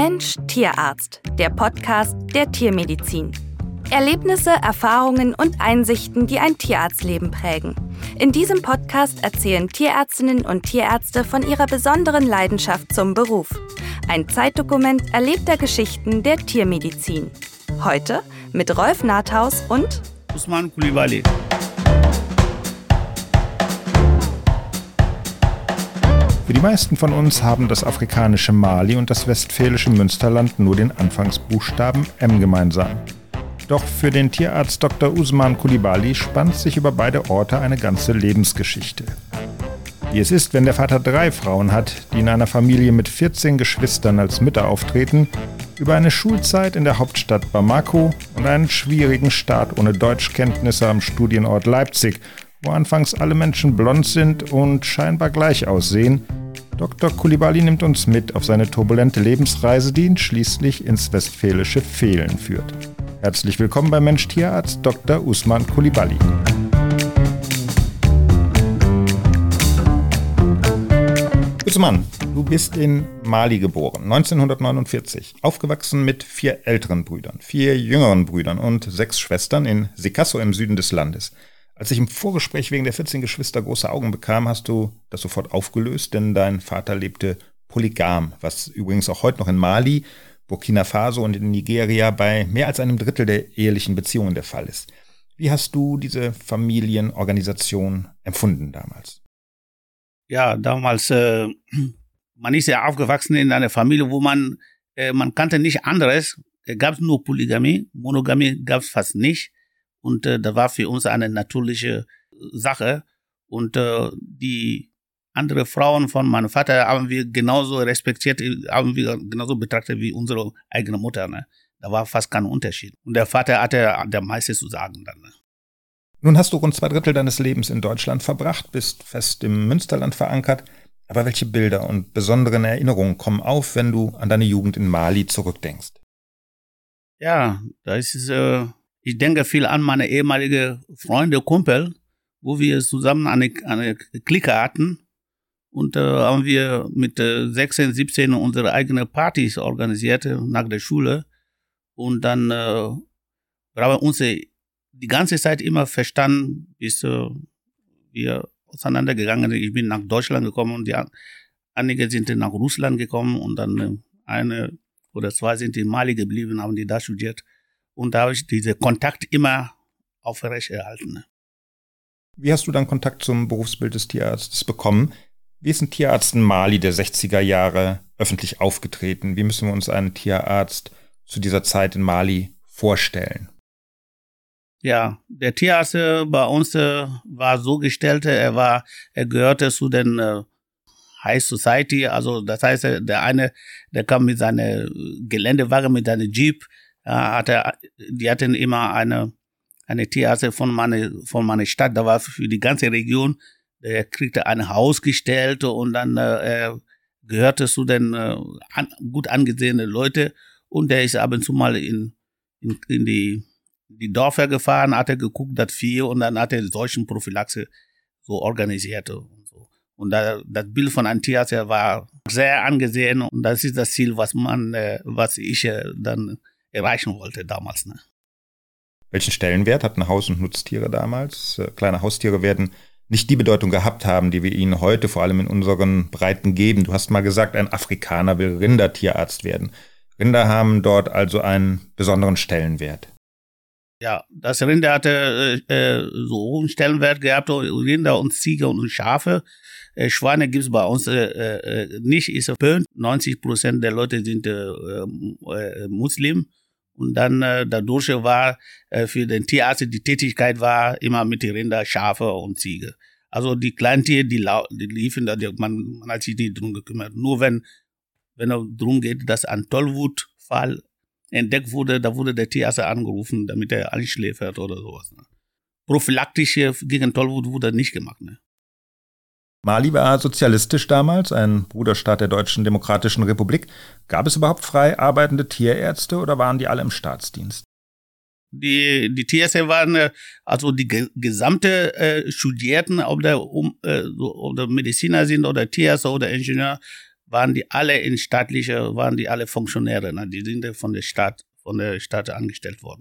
Mensch Tierarzt, der Podcast der Tiermedizin. Erlebnisse, Erfahrungen und Einsichten, die ein Tierarztleben prägen. In diesem Podcast erzählen Tierärztinnen und Tierärzte von ihrer besonderen Leidenschaft zum Beruf. Ein Zeitdokument erlebter Geschichten der Tiermedizin. Heute mit Rolf Nathaus und Usman Coulibaly. Für die meisten von uns haben das afrikanische Mali und das westfälische Münsterland nur den Anfangsbuchstaben M gemeinsam. Doch für den Tierarzt Dr. Usman Coulibaly spannt sich über beide Orte eine ganze Lebensgeschichte. Wie es ist, wenn der Vater 3 Frauen hat, die in einer Familie mit 14 Geschwistern als Mütter auftreten, über eine Schulzeit in der Hauptstadt Bamako und einen schwierigen Start ohne Deutschkenntnisse am Studienort Leipzig, wo anfangs alle Menschen blond sind und scheinbar gleich aussehen. Dr. Coulibaly nimmt uns mit auf seine turbulente Lebensreise, die ihn schließlich ins westfälische Vehlen führt. Herzlich willkommen bei Mensch Tierarzt Dr. Usman Coulibaly. Usman, du bist in Mali geboren, 1949, aufgewachsen mit 4 älteren Brüdern, 4 jüngeren Brüdern und 6 Schwestern in Sikasso im Süden des Landes. Als ich im Vorgespräch wegen der 14 Geschwister große Augen bekam, hast du das sofort aufgelöst, denn dein Vater lebte polygam, was übrigens auch heute noch in Mali, Burkina Faso und in Nigeria bei mehr als einem Drittel der ehelichen Beziehungen der Fall ist. Wie hast du diese Familienorganisation empfunden damals? Ja, damals, man ist ja aufgewachsen in einer Familie, wo man kannte nicht anderes. Es gab nur Polygamie, Monogamie gab es fast nicht. Und das war für uns eine natürliche Sache. Und die anderen Frauen von meinem Vater haben wir genauso respektiert, haben wir genauso betrachtet wie unsere eigene Mutter. Ne? Da war fast kein Unterschied. Und der Vater hatte der meiste zu sagen dann. Ne? Nun hast du rund 2 Drittel deines Lebens in Deutschland verbracht, bist fest im Münsterland verankert. Aber welche Bilder und besonderen Erinnerungen kommen auf, wenn du an deine Jugend in Mali zurückdenkst? Ja, da ist es... Ich denke viel an meine ehemalige Freunde, Kumpel, wo wir zusammen eine Clique hatten und haben wir mit 16, 17 unsere eigenen Partys organisiert nach der Schule und dann haben wir uns die ganze Zeit immer verstanden, bis wir auseinandergegangen sind. Ich bin nach Deutschland gekommen und einige sind nach Russland gekommen und dann eine oder 2 sind in Mali geblieben, haben die da studiert. Und da habe ich diesen Kontakt immer aufrechterhalten. Wie hast du dann Kontakt zum Berufsbild des Tierarztes bekommen? Wie ist ein Tierarzt in Mali der 60er Jahre öffentlich aufgetreten? Wie müssen wir uns einen Tierarzt zu dieser Zeit in Mali vorstellen? Ja, der Tierarzt bei uns war so gestellt, er gehörte zu den High Society, also das heißt, der eine, der kam mit seinem Geländewagen, mit seinem Jeep, die hatten immer eine Tierarzt von meiner Stadt, da war für die ganze Region, der kriegte ein Haus gestellt und dann er gehörte zu den gut angesehenen Leuten und der ist ab und zu mal in die Dörfer gefahren, hat er geguckt, das Vieh und dann hat er Seuchenprophylaxe so organisiert und so. Und das Bild von einem Tierarzt war sehr angesehen und das ist das Ziel, was ich dann erreichen wollte damals. Ne? Welchen Stellenwert hatten Haus- und Nutztiere damals? Kleine Haustiere werden nicht die Bedeutung gehabt haben, die wir ihnen heute vor allem in unseren Breiten geben. Du hast mal gesagt, ein Afrikaner will Rindertierarzt werden. Rinder haben dort also einen besonderen Stellenwert. Ja, das Rinder hatte so hohen Stellenwert gehabt, Rinder und Ziege und Schafe. Schweine gibt's bei uns nicht, ist verpönt. 90% der Leute sind Muslim. Und dann dadurch war für den Tierarzt die Tätigkeit war immer mit den Rinder, Schafe und Ziege. Also die Kleintiere, die liefen, man hat sich nicht drum gekümmert. Nur wenn es darum geht, dass ein Tollwutfall entdeckt wurde, da wurde der Tierarzt angerufen, damit er einschläfert oder sowas. Ne? Prophylaktisch gegen Tollwut wurde nicht gemacht. Ne? Mali war sozialistisch damals, ein Bruderstaat der Deutschen Demokratischen Republik. Gab es überhaupt frei arbeitende Tierärzte oder waren die alle im Staatsdienst? Die Tierärzte waren, also die gesamte Studierten, ob der Mediziner sind oder Tierärzte oder Ingenieur, waren die alle Funktionäre, ne? Die sind von der Stadt angestellt worden.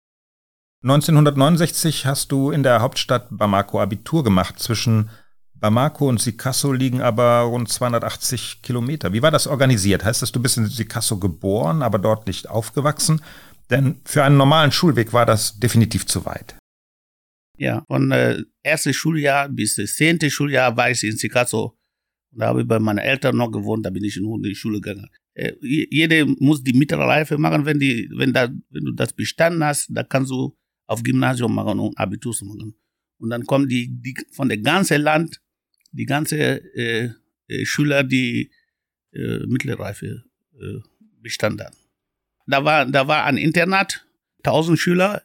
1969 hast du in der Hauptstadt Bamako Abitur gemacht. Zwischen Bamako und Sikasso liegen aber rund 280 Kilometer. Wie war das organisiert? Heißt das, du bist in Sikasso geboren, aber dort nicht aufgewachsen? Denn für einen normalen Schulweg war das definitiv zu weit. Ja, von erstes Schuljahr bis das 10. Schuljahr war ich in Sikasso. Da habe ich bei meinen Eltern noch gewohnt, da bin ich in die Schule gegangen. Jeder muss die Mittelreife machen, wenn du das bestanden hast, da kannst du auf Gymnasium machen und Abitur machen. Und dann kommen die von der ganzen Land, die ganze Schüler, die Mittelreife bestanden haben. Da war ein Internat, 1000 Schüler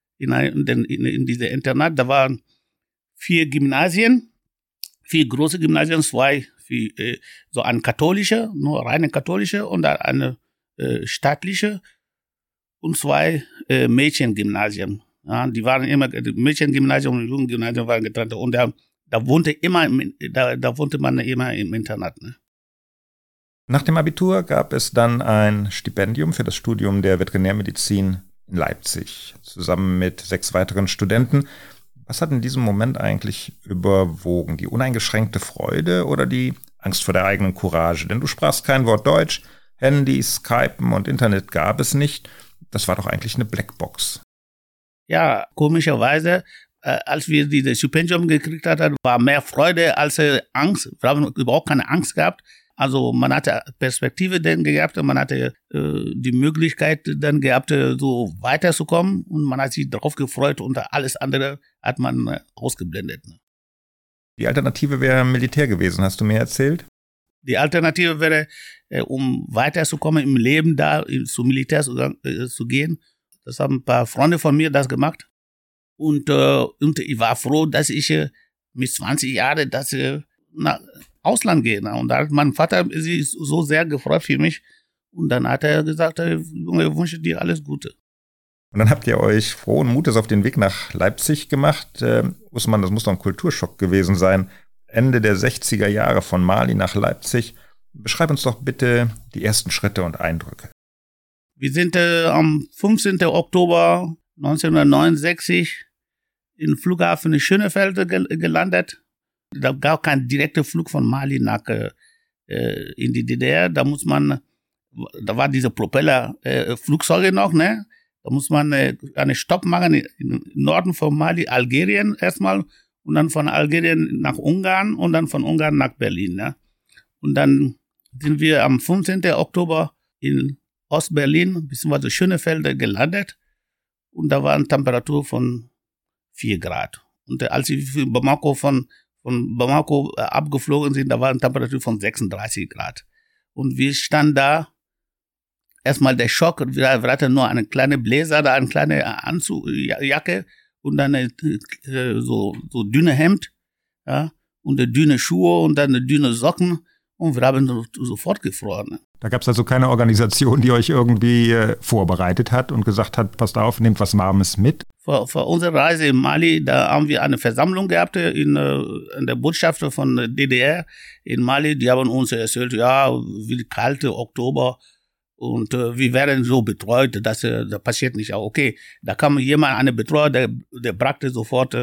in diesem Internat. Da waren 4 Gymnasien, 4 große Gymnasien, 2 so ein katholische, nur reine katholische und eine staatliche und 2 Mädchengymnasien. Ja, die waren immer, Mädchengymnasium und Jungengymnasium waren getrennt und da wohnte man immer im Internat. Ne? Nach dem Abitur gab es dann ein Stipendium für das Studium der Veterinärmedizin in Leipzig, zusammen mit 6 weiteren Studenten. Was hat in diesem Moment eigentlich überwogen? Die uneingeschränkte Freude oder die Angst vor der eigenen Courage? Denn du sprachst kein Wort Deutsch, Handys, Skypen und Internet gab es nicht. Das war doch eigentlich eine Blackbox. Ja, komischerweise, als wir dieses Stipendium gekriegt hatten, war mehr Freude als Angst. Wir haben überhaupt keine Angst gehabt. Also man hatte Perspektive dann gehabt, man hatte die Möglichkeit dann gehabt, so weiterzukommen und man hat sich darauf gefreut und alles andere hat man ausgeblendet. Die Alternative wäre Militär gewesen, hast du mir erzählt? Die Alternative wäre, um weiterzukommen im Leben, da zum Militär zu gehen. Das haben ein paar Freunde von mir das gemacht. Und ich war froh, dass ich mit 20 Jahren nach Ausland gehe. Und da hat mein Vater sich so sehr gefreut für mich. Und dann hat er gesagt, Junge, ich wünsche dir alles Gute. Und dann habt ihr euch frohen Mutes auf den Weg nach Leipzig gemacht. Usman, das muss doch ein Kulturschock gewesen sein. Ende der 60er Jahre von Mali nach Leipzig. Beschreib uns doch bitte die ersten Schritte und Eindrücke. Wir sind am 15. Oktober 1969 im Flughafen Schönefeld gelandet. Da gab kein direkter Flug von Mali nach in die DDR. Da war diese Propeller-Flugzeuge noch, ne? Da muss man einen Stopp machen im Norden von Mali, Algerien erstmal und dann von Algerien nach Ungarn und dann von Ungarn nach Berlin. Ne? Und dann sind wir am 15. Oktober in Ostberlin bzw. Schönefeld gelandet und da war eine Temperatur von 4 Grad. Und als wir von Bamako abgeflogen sind, da war eine Temperatur von 36 Grad. Und wir standen da, erstmal der Schock, wir hatten nur eine kleine Bläser, eine kleine Jacke und dann so dünne Hemd, ja, und dünne Schuhe und dann dünne Socken und wir haben sofort gefroren. Da gab es also keine Organisation, die euch irgendwie vorbereitet hat und gesagt hat, passt auf, nehmt was Warmes mit? Vor unserer Reise in Mali, da haben wir eine Versammlung gehabt in der Botschaft von der DDR in Mali. Die haben uns erzählt, ja, wie kalte Oktober und wir werden so betreut, dass da passiert nicht. Okay, da kam jemand, eine Betreuer, der brachte sofort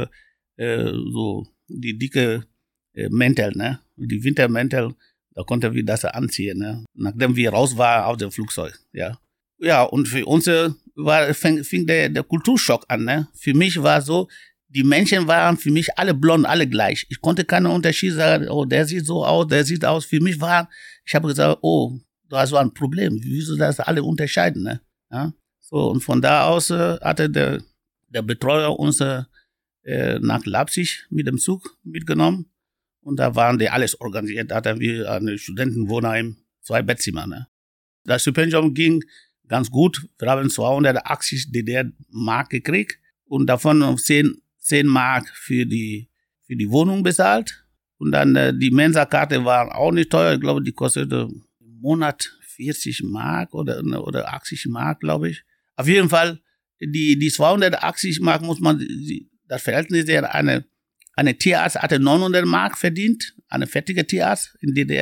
so die dicke Mäntel, ne, die Wintermäntel. Da konnten wir das anziehen, ne? Nachdem wir raus waren auf dem Flugzeug, ja. Ja, und für uns fing der Kulturschock an, ne? Für mich war so, die Menschen waren für mich alle blond, alle gleich. Ich konnte keinen Unterschied sagen, oh, der sieht so aus, der sieht aus. Für mich ich habe gesagt, oh, du hast so ein Problem. Wieso das alle unterscheiden, ne? Ja? So, und von da aus hatte der Betreuer uns nach Leipzig mit dem Zug mitgenommen. Und da waren die alles organisiert. Da hatten wir ein Studentenwohnheim, 2 Bettzimmer. Ne? Das Stipendium ging ganz gut. Wir haben 280 DDR-Mark gekriegt und davon 10 Mark für die Wohnung bezahlt. Und dann die Mensa-Karte war auch nicht teuer. Ich glaube, die kostete im Monat 40 Mark oder 80 Mark, glaube ich. Auf jeden Fall, die 280 Mark muss man, das Verhältnis der eine Tierarzt hatte 900 Mark verdient, eine fertige Tierarzt in DDR.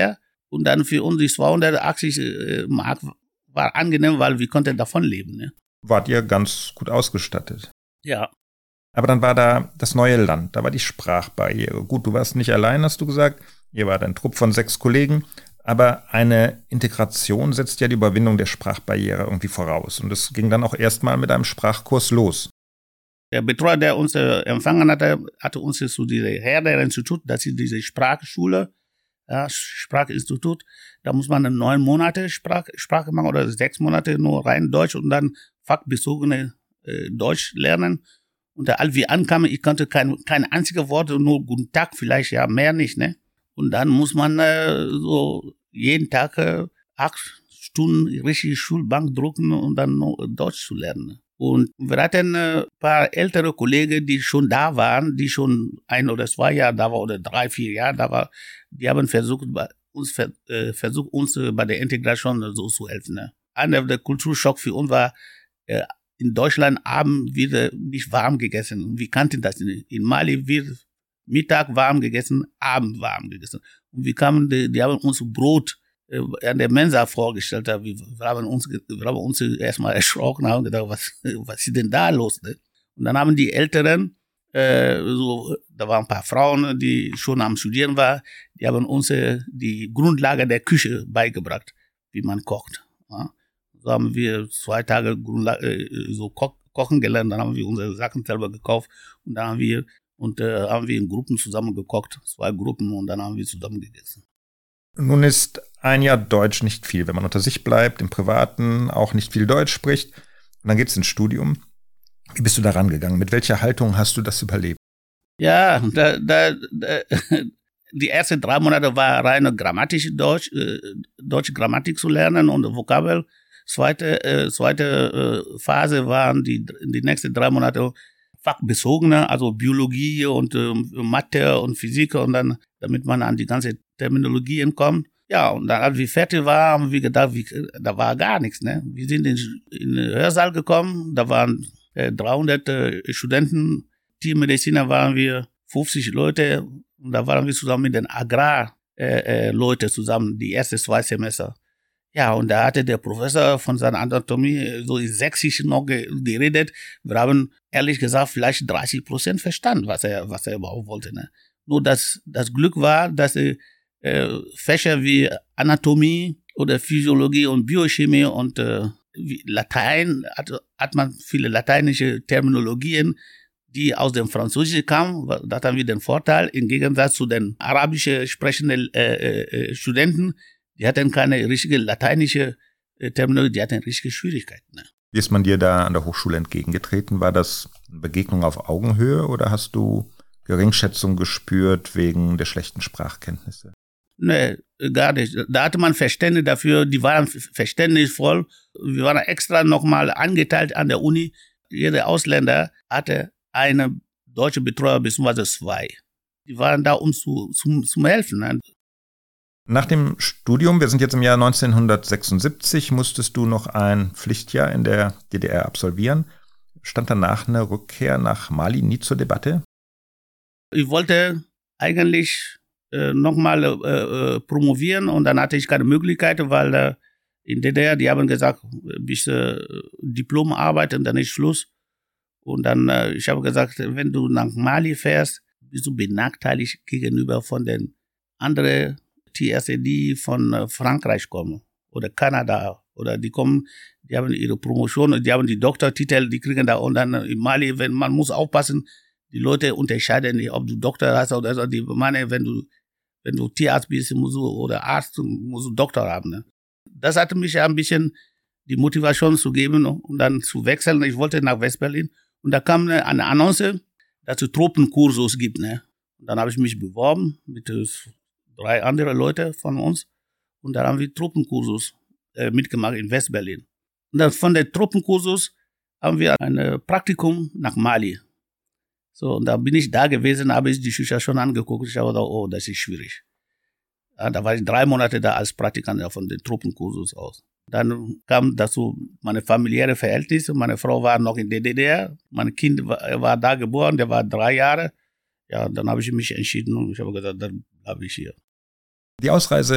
Und dann für uns die 280 Mark war angenehm, weil wir konnten davon leben. Ne? Wart ihr ganz gut ausgestattet? Ja. Aber dann war da das neue Land, da war die Sprachbarriere. Gut, du warst nicht allein, hast du gesagt. Ihr wart ein Trupp von 6 Kollegen. Aber eine Integration setzt ja die Überwindung der Sprachbarriere irgendwie voraus. Und es ging dann auch erstmal mit einem Sprachkurs los. Der Betreuer, der uns empfangen hatte uns zu diesem Herder-Institut, das ist diese Sprachschule, ja, Sprachinstitut. Da muss man 9 Monate Sprache machen oder 6 Monate nur rein Deutsch und dann fachbezogene Deutsch lernen. Und als wir ankamen, ich konnte kein einziges Wort, nur Guten Tag, vielleicht ja mehr nicht, ne? Und dann muss man so jeden Tag 8 Stunden richtige Schulbank drucken und dann noch Deutsch zu lernen. Und wir hatten ein paar ältere Kollegen, die schon da waren, die schon 1 oder 2 Jahre da waren oder 3, 4 Jahre da waren. Die haben versucht, uns bei der Integration so zu helfen. Ne? Einer der Kulturschock für uns war, in Deutschland Abend wird nicht warm gegessen. Wir kannten das nicht. In Mali wird Mittag warm gegessen, Abend warm gegessen. Und wir kamen, die haben uns Brot an der Mensa vorgestellt. Wir haben uns erstmal erschrocken, haben gedacht, was ist denn da los? Ne? Und dann haben die Älteren, da waren ein paar Frauen, die schon am Studieren waren, die haben uns die Grundlage der Küche beigebracht, wie man kocht. Ja? So haben wir 2 Tage kochen gelernt, dann haben wir unsere Sachen selber gekauft und dann haben wir in Gruppen zusammen gekocht, 2 Gruppen und dann haben wir zusammen gegessen. Nun ist ein Jahr Deutsch nicht viel, wenn man unter sich bleibt, im Privaten auch nicht viel Deutsch spricht. Und dann geht's ins Studium. Wie bist du da rangegangen? Mit welcher Haltung hast du das überlebt? Ja, die ersten 3 Monate war reine grammatische deutsche Grammatik zu lernen und Vokabel. Zweite Phase waren die nächsten 3 Monate fachbezogene, also Biologie und Mathe und Physik und dann, damit man an die ganze Terminologien kommt. Ja, und dann, als wir fertig waren, haben wir gedacht, da war gar nichts. Ne? Wir sind in den Hörsaal gekommen, da waren 300 Studenten, Tiermediziner waren wir 50 Leute und da waren wir zusammen mit den Agrarleuten zusammen, die ersten 2 Semester. Ja, und da hatte der Professor von seiner Anatomie so in Sächsisch noch geredet. Wir haben ehrlich gesagt vielleicht 30% verstanden, was er überhaupt wollte. Ne? Nur das Glück war, dass Fächer wie Anatomie oder Physiologie und Biochemie und Latein hat man viele lateinische Terminologien, die aus dem Französischen kamen. Da haben wir den Vorteil, im Gegensatz zu den arabisch sprechenden Studenten, die hatten keine richtige lateinische Terminologie, die hatten richtige Schwierigkeiten. Ne? Wie ist man dir da an der Hochschule entgegengetreten? War das eine Begegnung auf Augenhöhe oder hast du Geringschätzung gespürt wegen der schlechten Sprachkenntnisse? Nee, gar nicht. Da hatte man Verständnis dafür, die waren verständnisvoll. Wir waren extra nochmal angeteilt an der Uni. Jeder Ausländer hatte eine deutsche Betreuer bzw. 2. Die waren da, um zum Helfen. Ne? Nach dem Studium, wir sind jetzt im Jahr 1976, musstest du noch ein Pflichtjahr in der DDR absolvieren. Stand danach eine Rückkehr nach Mali nie zur Debatte? Ich wollte eigentlich nochmal promovieren und dann hatte ich keine Möglichkeit, weil in DDR, die haben gesagt, bis Diplom arbeiten, dann ist Schluss. Und dann, ich habe gesagt, wenn du nach Mali fährst, bist du benachteiligt gegenüber von den anderen TSE, die von Frankreich kommen oder Kanada oder die haben ihre Promotion, die haben die Doktortitel, die kriegen da und dann in Mali, man muss aufpassen, die Leute unterscheiden nicht, ob du Doktor hast oder so, die meine, wenn du Tierarzt bist, oder Arzt, musst du Doktor haben. Ne? Das hatte mich ein bisschen die Motivation zu geben und dann zu wechseln. Ich wollte nach Westberlin und da kam eine Annonce, dass es Tropenkursus gibt. Ne? Und dann habe ich mich beworben mit 3 anderen Leute von uns und dann haben wir Tropenkursus mitgemacht in Westberlin. Und dann von der Tropenkursus haben wir ein Praktikum nach Mali. So, und da bin ich da gewesen, habe ich die Schüler schon angeguckt. Ich habe gedacht, oh, das ist schwierig. Ja, da war ich 3 Monate da als Praktikant von dem Tropenkursus aus. Dann kam dazu meine familiäre Verhältnisse. Meine Frau war noch in der DDR. Mein Kind war da geboren, der war 3 Jahre. Ja, dann habe ich mich entschieden und ich habe gesagt, dann bleibe ich hier. Die Ausreise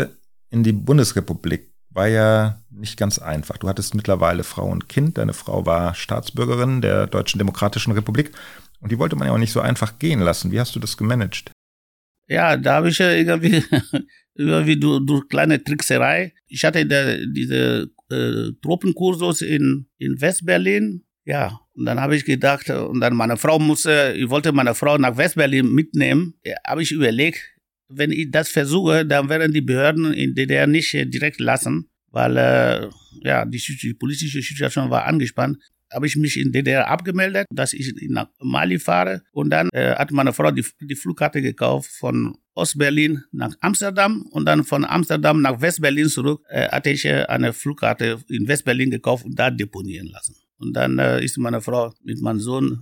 in die Bundesrepublik war ja nicht ganz einfach. Du hattest mittlerweile Frau und Kind. Deine Frau war Staatsbürgerin der Deutschen Demokratischen Republik. Und die wollte man ja auch nicht so einfach gehen lassen. Wie hast du das gemanagt? Ja, da habe ich ja irgendwie durch kleine Trickserei. Ich hatte diese Tropenkursus in Westberlin. Ja, und dann habe ich gedacht, und dann ich wollte meine Frau nach Westberlin mitnehmen. Ja, habe ich überlegt, wenn ich das versuche, dann werden die Behörden in DDR nicht direkt lassen, weil die politische Situation war angespannt. Habe ich mich in DDR abgemeldet, dass ich nach Mali fahre. Und dann hat meine Frau die Flugkarte gekauft von Ostberlin nach Amsterdam. Und dann von Amsterdam nach Westberlin zurück hatte ich eine Flugkarte in Westberlin gekauft und da deponieren lassen. Und dann ist meine Frau mit meinem Sohn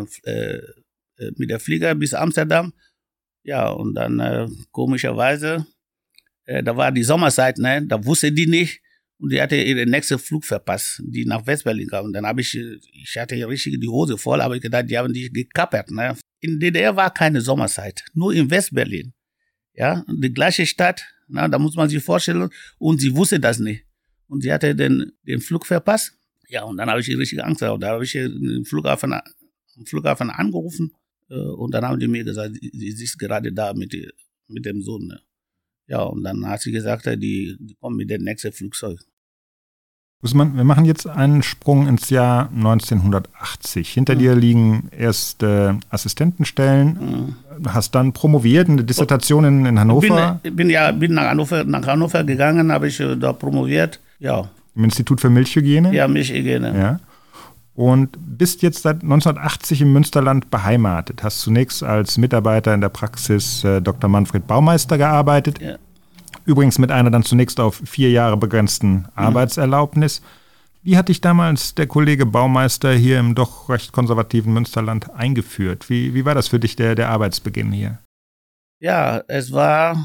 mit der Flieger bis Amsterdam. Ja, und dann komischerweise, da war die Sommerzeit, ne? Da wusste die nicht. Und die hatte ihren nächsten Flug verpasst, die nach Westberlin kam. Und dann ich hatte richtig die Hose voll, aber ich gedacht, die haben die gekappert. Ne? In DDR war keine Sommerzeit, nur in Westberlin. Ja, die gleiche Stadt, na, da muss man sich vorstellen. Und sie wusste das nicht. Und sie hatte den Flug verpasst. Ja, und dann habe ich richtig Angst gehabt. Da habe ich den Flughafen angerufen. Und dann haben die mir gesagt, sie ist gerade da mit dem Sohn. Ne? Ja, und dann hat sie gesagt, die kommen mit dem nächsten Flugzeug. Usman, wir machen jetzt einen Sprung ins Jahr 1980. Hinter dir liegen erste Assistentenstellen. Du hast dann promoviert, eine Dissertation in Hannover. Ich bin nach Hannover gegangen, habe ich da promoviert. Ja. Im Institut für Milchhygiene? Ja, Milchhygiene. Ja. Und bist jetzt seit 1980 im Münsterland beheimatet. Hast zunächst als Mitarbeiter in der Praxis Dr. Manfred Baumeister gearbeitet. Ja. Übrigens mit einer dann zunächst auf 4 Jahre begrenzten Arbeitserlaubnis. Wie hat dich damals der Kollege Baumeister hier im doch recht konservativen Münsterland eingeführt? Wie war das für dich, der Arbeitsbeginn hier? Ja, es war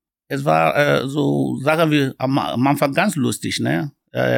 so, sagen wir, am Anfang ganz lustig, ne?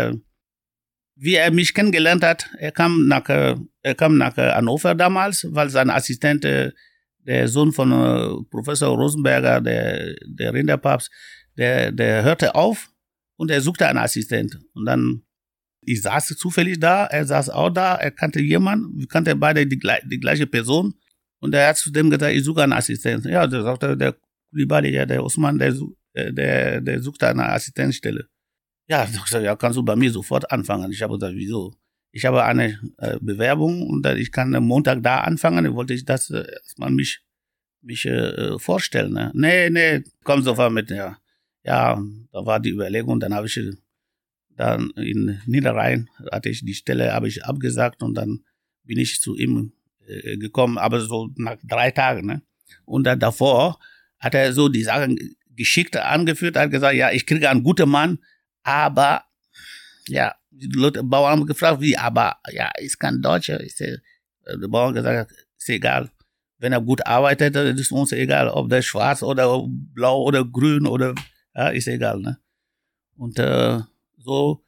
Wie er mich kennengelernt hat, er kam nach Hannover damals, weil sein Assistent, der Sohn von Professor Rosenberger, der Rinderpapst, der hörte auf und er suchte einen Assistent. Und dann, ich saß zufällig da, er saß auch da, er kannte jemanden, wir kannten beide die gleiche Person. Und er hat zu dem gesagt, ich suche einen Assistent. Ja, der sagte, der Kulibali, ja, der Usman, der suchte eine Assistenzstelle. Ja, ich sagte, ja, kannst du bei mir sofort anfangen. Ich habe gesagt, wieso? Ich habe eine Bewerbung und ich kann am Montag da anfangen. Dann wollte ich das erstmal mich vorstellen. Ne? Nee, komm sofort mit. Ja, da war die Überlegung. Dann habe ich dann in Niederrhein hatte ich die Stelle, habe ich abgesagt und dann bin ich zu ihm gekommen, aber so nach 3 Tagen. Ne? Und dann davor hat er so die Sachen geschickt angeführt, hat gesagt, ja, ich kriege einen guten Mann, aber ja, die Leute, Bauern haben gefragt, wie, aber ja, ist kein Deutscher. Der Bauer hat gesagt, ist egal. Wenn er gut arbeitet, ist uns egal, ob der schwarz oder blau oder grün oder, ja, ist egal, ne? Und so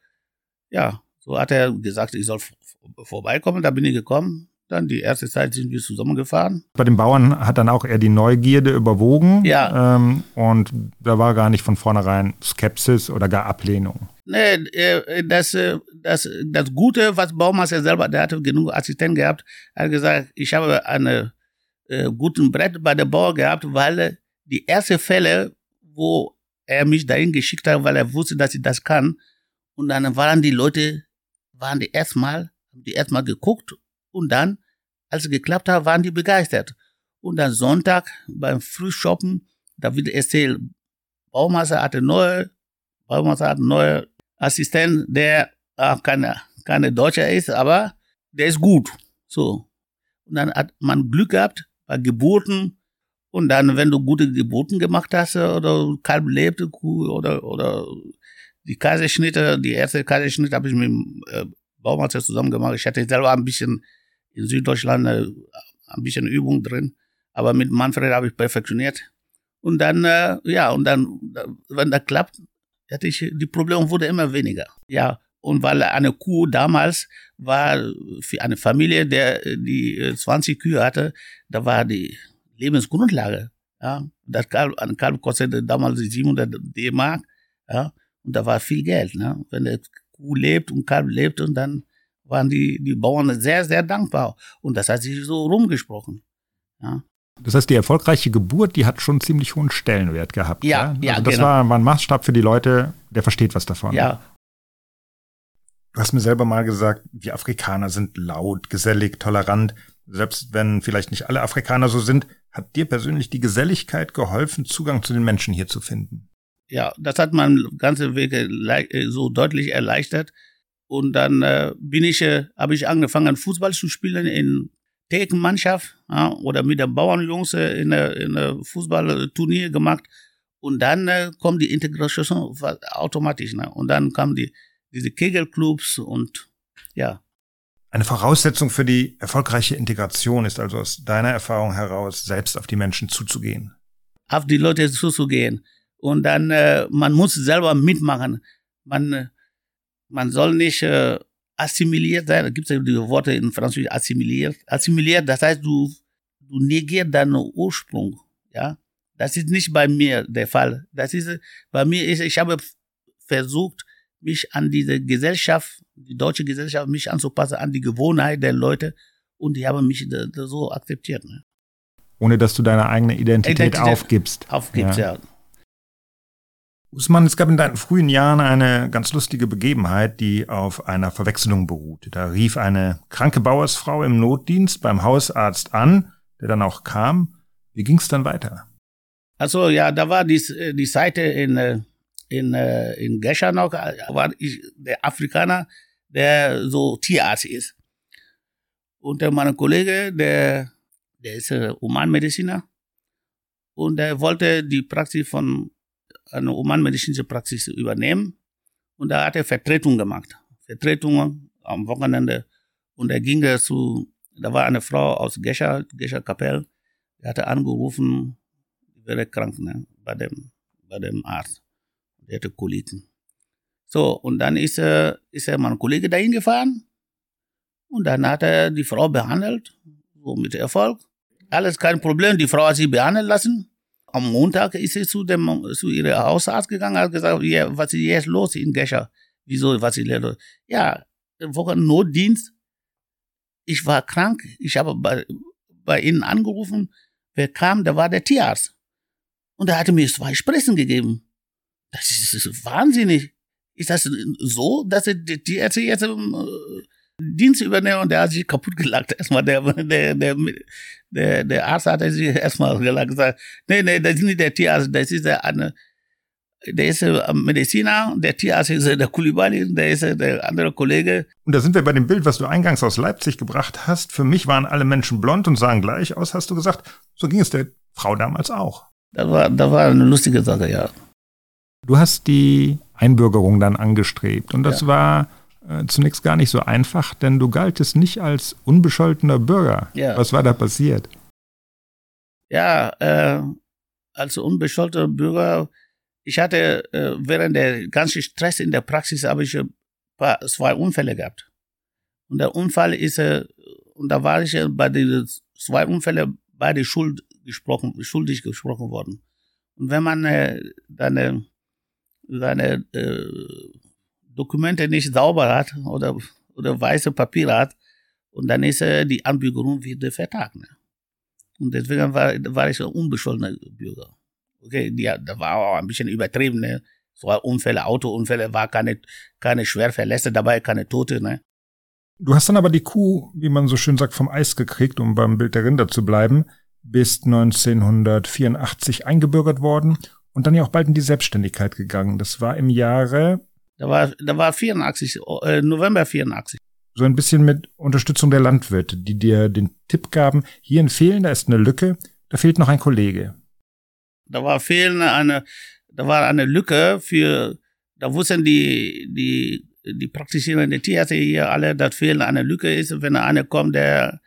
hat er gesagt, ich soll vorbeikommen, da bin ich gekommen. Dann die erste Zeit sind wir zusammengefahren. Bei den Bauern hat dann auch eher die Neugierde überwogen. Ja. Und da war gar nicht von vornherein Skepsis oder gar Ablehnung. Nee, das Gute, was Baumeister selber, der hatte genug Assistenten gehabt, er hat gesagt, ich habe einen guten Brett bei der Bauer gehabt, weil die ersten Fälle, wo er mich dahin geschickt hat, weil er wusste, dass ich das kann, und dann waren die Leute, haben die erstmal geguckt und dann, als es geklappt hat, waren die begeistert. Und dann Sonntag beim Frühshoppen, da wird erzählt, Baumeister hat einen neuen Assistent, der auch keine Deutscher ist, aber der ist gut. So. Und dann hat man Glück gehabt bei Geburten. Und dann, wenn du gute Geburten gemacht hast, oder Kalb lebte, Kuh, oder die Kaiserschnitte, die erste Kaiserschnitte habe ich mit dem Baumeister zusammen gemacht. Ich hatte selber ein bisschen in Süddeutschland ein bisschen Übung drin, aber mit Manfred habe ich perfektioniert. Und dann, wenn das klappt, die Probleme wurden immer weniger. Ja, und weil eine Kuh damals war für eine Familie, die 20 Kühe hatte, da war die Lebensgrundlage. Ja, ein Kalb kostete damals 700 D-Mark. Ja? Und da war viel Geld. Ne? Wenn der Kuh lebt und Kalb lebt, und dann waren die Bauern sehr, sehr dankbar. Und das hat sich so rumgesprochen. Ja? Das heißt, die erfolgreiche Geburt, die hat schon einen ziemlich hohen Stellenwert gehabt. Ja, Also ja, das genau. war ein Maßstab für die Leute, der versteht was davon. Ja. Du hast mir selber mal gesagt, wir Afrikaner sind laut, gesellig, tolerant. Selbst wenn vielleicht nicht alle Afrikaner so sind, hat dir persönlich die Geselligkeit geholfen, Zugang zu den Menschen hier zu finden? Ja, das hat meinen ganzen Weg so deutlich erleichtert. Und dann habe ich angefangen, Fußball zu spielen in Thekenmannschaft, ja, oder mit den Bauernjungs in der Fußballturnier gemacht. Und dann kommt die Integration automatisch. Ne? Und dann kamen diese Kegelclubs und ja. Eine Voraussetzung für die erfolgreiche Integration ist also aus deiner Erfahrung heraus, selbst auf die Menschen zuzugehen. Auf die Leute zuzugehen. Und dann, man muss selber mitmachen. Man soll nicht assimiliert sein. Da gibt es ja die Worte in Französisch, assimiliert. Assimiliert, das heißt, du negierst deinen Ursprung. Ja? Das ist nicht bei mir der Fall. Bei mir ich habe versucht, mich an diese Gesellschaft, die deutsche Gesellschaft, mich anzupassen an die Gewohnheit der Leute, und die haben mich so akzeptiert. Ne? Ohne dass du deine eigene Identität aufgibst. Ja. Usman, es gab in deinen frühen Jahren eine ganz lustige Begebenheit, die auf einer Verwechslung beruht. Da rief eine kranke Bauersfrau im Notdienst beim Hausarzt an, der dann auch kam. Wie ging es dann weiter? Also ja, da war die Seite in Gescher noch, war der Afrikaner, der so Tierarzt ist. Und mein Kollege, der ist Humanmediziner, und der wollte die Praxis von eine humanmedizinische Praxis übernehmen, und da hat er Vertretungen gemacht. Vertretungen am Wochenende, und er ging da war eine Frau aus Gescher Kapell, die hatte angerufen, die wäre krank, ne, bei dem Arzt. Der hatte Koliken. So, und dann ist mein Kollege dahin gefahren, und dann hat er die Frau behandelt, so mit Erfolg. Alles kein Problem, die Frau hat sich behandeln lassen. Am Montag ist sie zu ihrem Hausarzt gegangen, hat gesagt, ja, was ist jetzt los in Gescher? Wieso, was ist los? Ja, Wochennotdienst. Ich war krank, ich habe bei ihnen angerufen. Wer kam, da war der Tierarzt. Und er hatte mir 2 Spritzen gegeben. Das ist wahnsinnig. Ist das so, dass die Tierärzte jetzt Dienst übernehmen? Und der hat sich kaputt gelacht. Erstmal der Arzt hat sich erstmal gesagt, nee, das ist nicht der Tierarzt, das ist der ist Mediziner, der Tierarzt ist der Kulibali, der ist der andere Kollege. Und da sind wir bei dem Bild, was du eingangs aus Leipzig gebracht hast. Für mich waren alle Menschen blond und sahen gleich aus, hast du gesagt. So ging es der Frau damals auch. Das war eine lustige Sache, ja. Du hast die Einbürgerung dann angestrebt, und das war zunächst gar nicht so einfach, denn du galtest nicht als unbescholtener Bürger. Ja. Was war da passiert? Ja, als unbescholtener Bürger, ich hatte während der ganzen Stress in der Praxis, habe ich 2 Unfälle gehabt. Und der Unfall und da war ich bei den 2 Unfällen beide schuldig gesprochen worden. Und wenn man seine Dokumente nicht sauber hat oder weiße Papiere hat, und dann ist die Anbürgerung wieder vertagt. Ne? Und deswegen war ich ein unbescholtener Bürger. Okay, da war auch ein bisschen übertrieben. Ne? So Unfälle, Autounfälle, war keine Schwerverletzte dabei, keine Tote. Ne? Du hast dann aber die Kuh, wie man so schön sagt, vom Eis gekriegt, um beim Bild der Rinder zu bleiben, bist 1984 eingebürgert worden und dann ja auch bald in die Selbstständigkeit gegangen. Das war im Jahre... Da war 84, November 84. So ein bisschen mit Unterstützung der Landwirte, die dir den Tipp gaben, hier in Fehlen, da ist eine Lücke, da fehlt noch ein Kollege. Da war eine Lücke da wussten die praktizierenden Tierärzte hier alle, dass fehlen eine Lücke ist. Wenn einer kommt, der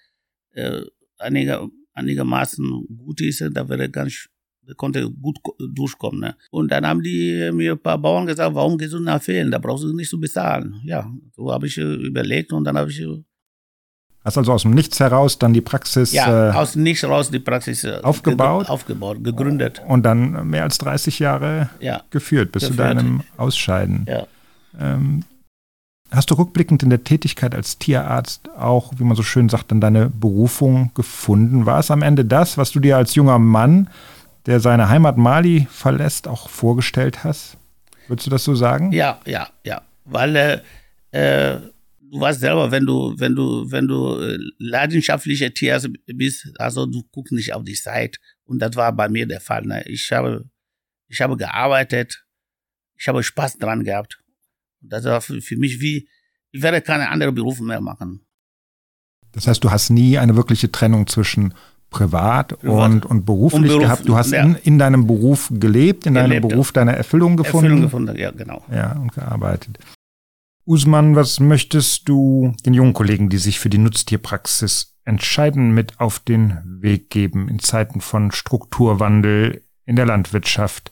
einigermaßen gut ist, der konnte gut durchkommen. Ne? Und dann haben die mir ein paar Bauern gesagt, warum gehst du nach Fehlen? Da brauchst du nicht zu bezahlen. Ja, so habe ich überlegt, und dann habe ich... Hast also aus dem Nichts heraus dann die Praxis aus dem Nichts heraus die Praxis aufgebaut, gegründet. Und dann mehr als 30 Jahre geführt bis zu deinem Ausscheiden. Ja. Hast du rückblickend in der Tätigkeit als Tierarzt auch, wie man so schön sagt, dann deine Berufung gefunden? War es am Ende das, was du dir als junger Mann, der seine Heimat Mali verlässt, auch vorgestellt hast? Würdest du das so sagen? Ja. Weil du weißt selber, wenn du leidenschaftlicher Tierarzt bist, also du guckst nicht auf die Zeit. Und das war bei mir der Fall. Ne? Ich habe gearbeitet, ich habe Spaß dran gehabt. Das war für mich ich werde keine anderen Berufe mehr machen. Das heißt, du hast nie eine wirkliche Trennung zwischen Privat und beruflich gehabt. Du hast in deinem Beruf gelebt, deinem Beruf deine Erfüllung gefunden. Ja, genau. Ja, und gearbeitet. Usman, was möchtest du den jungen Kollegen, die sich für die Nutztierpraxis entscheiden, mit auf den Weg geben in Zeiten von Strukturwandel in der Landwirtschaft,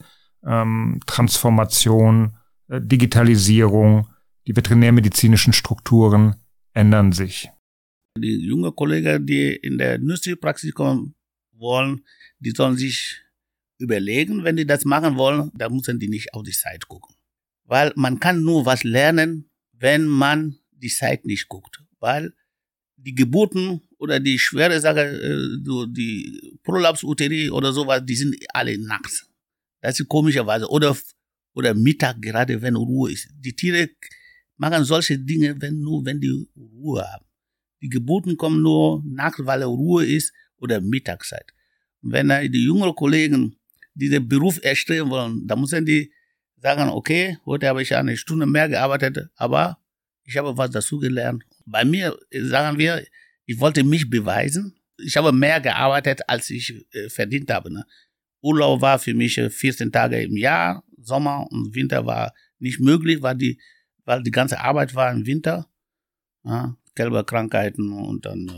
Transformation, Digitalisierung, die veterinärmedizinischen Strukturen ändern sich? Die jungen Kollegen, die in der Nutztierpraxis kommen wollen, die sollen sich überlegen, wenn die das machen wollen, da müssen die nicht auf die Zeit gucken. Weil man kann nur was lernen, wenn man die Zeit nicht guckt. Weil die Geburten oder die schwere Sache, die Prolapsuterie oder sowas, die sind alle nachts. Das ist komischerweise. Oder Mittag, gerade wenn Ruhe ist. Die Tiere machen solche Dinge, wenn die Ruhe haben. Die Geburten kommen nur nachts, weil Ruhe ist oder Mittagszeit. Und wenn die jüngeren Kollegen diesen Beruf erstellen wollen, dann müssen die sagen, okay, heute habe ich eine Stunde mehr gearbeitet, aber ich habe was dazu gelernt. Bei mir, sagen wir, ich wollte mich beweisen. Ich habe mehr gearbeitet, als ich verdient habe. Ne? Urlaub war für mich 14 Tage im Jahr. Sommer und Winter war nicht möglich, weil die ganze Arbeit war im Winter. Ja, Kälberkrankheiten und dann.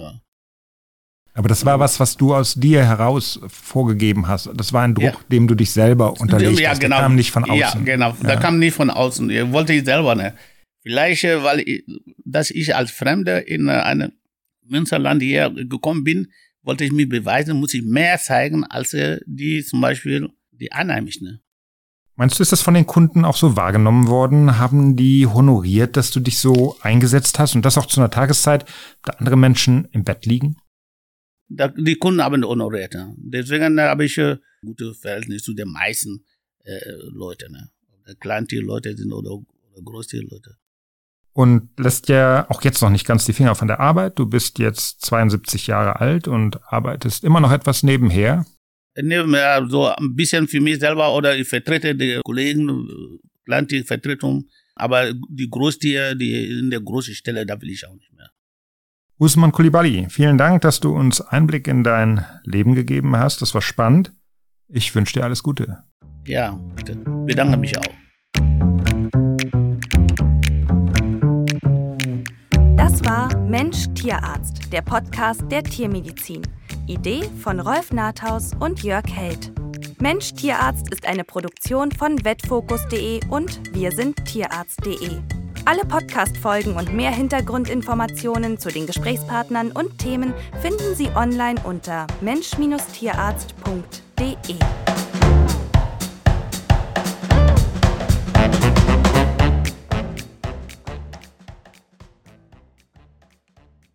Aber das war was du aus dir heraus vorgegeben hast. Das war ein Druck, dem du dich selber unterlegt hast. Genau. Der kam nicht von außen. Ja, genau. Da kam nicht von außen. Ich wollte ich selber nicht. Vielleicht, dass ich als Fremder in einem Münsterland hier gekommen bin, wollte ich mich beweisen, muss ich mehr zeigen, als zum Beispiel die Einheimischen. Ne? Meinst du, ist das von den Kunden auch so wahrgenommen worden? Haben die honoriert, dass du dich so eingesetzt hast und das auch zu einer Tageszeit, da andere Menschen im Bett liegen? Die Kunden haben honoriert. Ne? Deswegen habe ich gute Verhältnisse zu den meisten Leuten. Ne? Kleintierleute sind oder Großtierleute. Und lässt ja auch jetzt noch nicht ganz die Finger von der Arbeit. Du bist jetzt 72 Jahre alt und arbeitest immer noch etwas nebenher. Nebenher so ein bisschen für mich selber oder ich vertrete die Kollegen, Kleintiervertretung. Aber die Großtiere, die in der großen Stelle, da will ich auch nicht mehr. Usman Coulibaly, vielen Dank, dass du uns Einblick in dein Leben gegeben hast. Das war spannend. Ich wünsche dir alles Gute. Ja, bitte. Bedanke mich auch. Das war Mensch Tierarzt, der Podcast der Tiermedizin. Idee von Rolf Nathaus und Jörg Held. Mensch Tierarzt ist eine Produktion von vetfokus.de und wirsindtierarzt.de. Alle Podcast-Folgen und mehr Hintergrundinformationen zu den Gesprächspartnern und Themen finden Sie online unter mensch-tierarzt.de.